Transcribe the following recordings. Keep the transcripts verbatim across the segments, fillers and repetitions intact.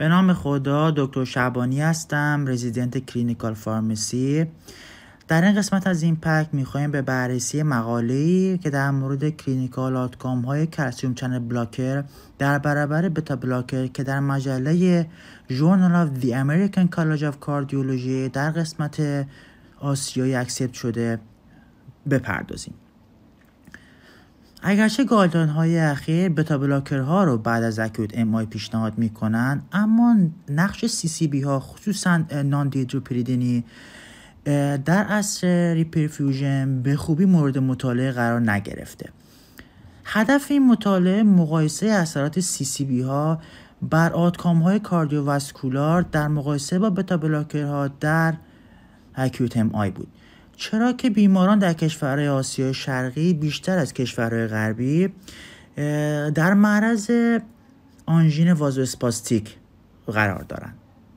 به نام خدا، دکتر شعبانی هستم، رزیدنت کلینیکال فارمسی. در این قسمت از این پک میخوایم به بررسی مقاله‌ای که در مورد کلینیکال آوتکام های کلسیم چنل بلاکر در برابر بتا بلاکر که در مجله Journal of the American College of Cardiology در قسمت آسیایی اکسپت شده بپردازیم. اگرچه گایدلاین های اخیر بتا بلاکر ها رو بعد از اکوت ام آی پیشنهاد میکنن، اما نقش سی سی بی ها خصوصا نان دیهیدروپیریدینی در عصر ریپرفیوژن به خوبی مورد مطالعه قرار نگرفته. هدف این مطالعه مقایسه اثرات سی سی بی ها بر آوتکام های کاردیوواسکولار در مقایسه با بتا بلاکر ها در اکوت ام آی بود، چرا که بیماران در کشورهای آسیای شرقی بیشتر از کشورهای غربی در معرض آنژین وازواسپاستیک قرار دارند.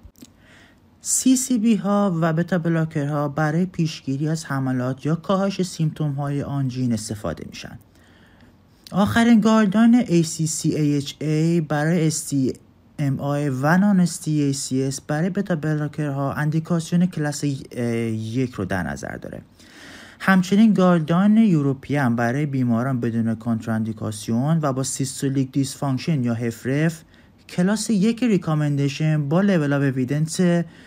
سی سی بی ها و بتا بلاکر ها برای پیشگیری از حملات یا کاهش سیمتوم های آنژین استفاده میشن. آخرین گایدلاین ای سی سی ای اچ ای برای اس تی ام آی و نان اس تی ای سی اس برای بتا بلاکر ها اندیکاسیون کلاس یک رو در نظر داره. همچنین گایدلاین یوروپیان برای بیماران بدون کنتراندیکاسیون و با سیستولیک دیسفانکشن یا هفرف کلاس یک ریکامندیشن با لیول آف اوییدنس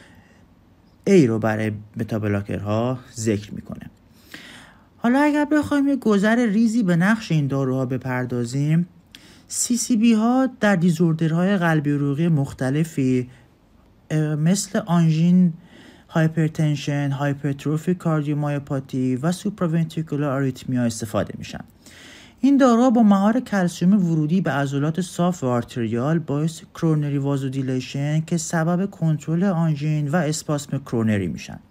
ای رو برای بتا بلاکر ها ذکر میکنه. حالا اگر بخوایم یه گذر ریزی به نقش این داروها بپردازیم، سی سی بی ها در دیزوردرهای قلبی عروقی مختلفی مثل آنژین، هایپرتنشن، هایپرتروفی کاردیومایوپاتی و سوپراونتریکولار آریتمیا استفاده میشن. این داروها با مهار کلسیم ورودی به عضلات صاف و آرتریال باعث کرونری وازودیلیشن که سبب کنترل آنژین و اسپاسم کرونری میشن.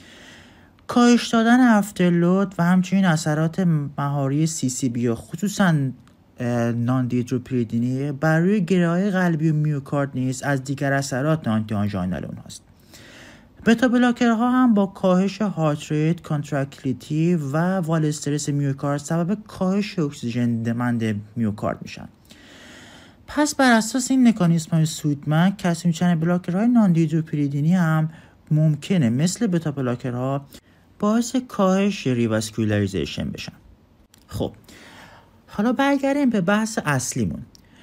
کاهش دادن افترلود و همچنین اثرات مهاری سی سی بی ها خصوصا نان دیهیدروپیریدینی بر روی گره‌های قلبی و میوکارد نیز از دیگر اثرات آنتی آنژینال اونهاست. بتا بلاکرها هم با کاهش هارت ریت، کانتراکتیلیتی و وال استرس میوکارد سبب کاهش اکسیژن دمند میوکارد میشن. پس بر اساس این مکانیزم های سودمن، کلسیم چنل بلاکرهای نان دیهیدروپیریدینی هم ممکنه مثل بتا بلاکرها باعث کاهش ریواسکولاریزیشن بشن. خب حالا برگردیم به بحث اصلیمون.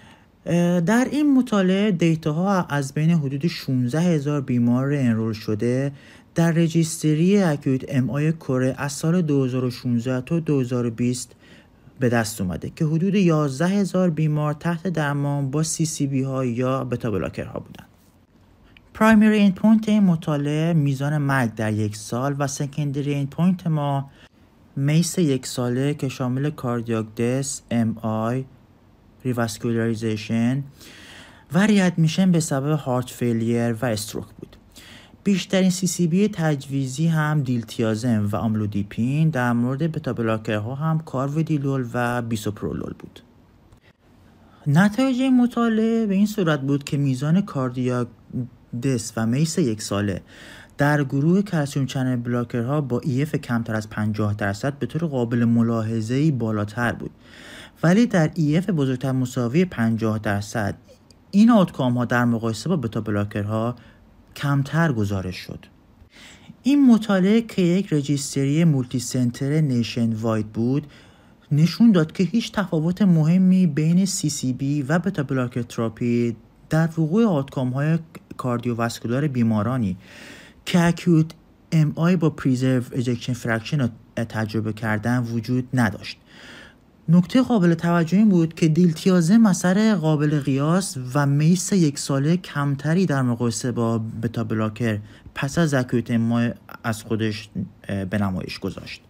در این مطالعه دیتاها از بین حدود شانزده هزار بیمار انرول شده در رجیستری اکوت ام آی کره از سال دو هزار و شانزده تا دو هزار و بیست به دست اومده که حدود یازده هزار بیمار تحت درمان با سی سی بی ها یا بتا بلاکر ها بودن. پرایمری اندپوینت این مطالعه میزان مرگ در یک سال و سکندری اندپوینت ما میس یک ساله که شامل کاردیاک دس، ام آی، ریواسکولاریزیشن و ریادمیشن به سبب هارت فیلیر و استروک بود. بیشترین سی سی بی تجویزی هم دیلتیازم و آملودیپین، در مورد بتا بلاکرها هم کارودیلول و بیسوپرولول بود. نتایج این مطالعه به این صورت بود که میزان کاردیاک دس و میس یک ساله در گروه کلسیم چنل بلاکرها با ای اف کمتر از پنجاه درصد به طور قابل ملاحظه‌ای بالاتر بود، ولی در ای اف بزرگتر مساوی پنجاه درصد این آوتکام ها در مقایسه با بتا بلاکرها کمتر گزارش شد. این مطالعه که یک رجیستری مولتی سنتر نیشن واید بود نشون داد که هیچ تفاوت مهمی بین سی سی بی و بتا بلاکر تراپی در وقوع آوتکام های کاردیوواسکولار بیمارانی که اکوت ام آی با پریزرو اجکشن فرکشن تجربه کردن وجود نداشت. نکته قابل توجه این بود که دیلتیازم اثر قابل قیاس و میس یک ساله کمتری در مقایسه با بتا بلاکر پس از اکوت ام آی از خودش به نمایش گذاشت.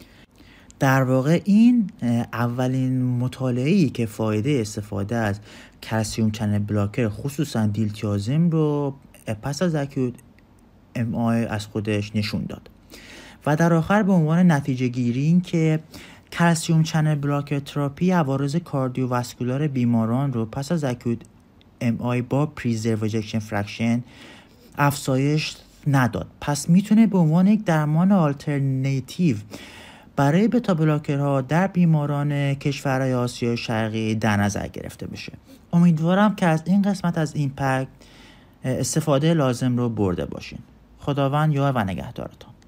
در واقع این اولین مطالعه‌ای که فایده استفاده از کلسیم چنل بلاکر خصوصا دیلتیازم رو پس از اکوت ام آی از خودش نشون داد و در آخر به عنوان نتیجه گیری این که کلسیم چنل بلاکر تراپی عوارض کاردیوواسکولار بیماران رو پس از اکوت ام آی با پریزرو اجکشن فرکشن افزایش نداد. پس میتونه به عنوان یک درمان آلترناتیو برای بتا بلاکرها در بیماران کشورهای آسیای شرقی در نظر گرفته بشه. امیدوارم که از این قسمت از این پک استفاده لازم رو برده باشین. خداوند یار و نگهدارتان.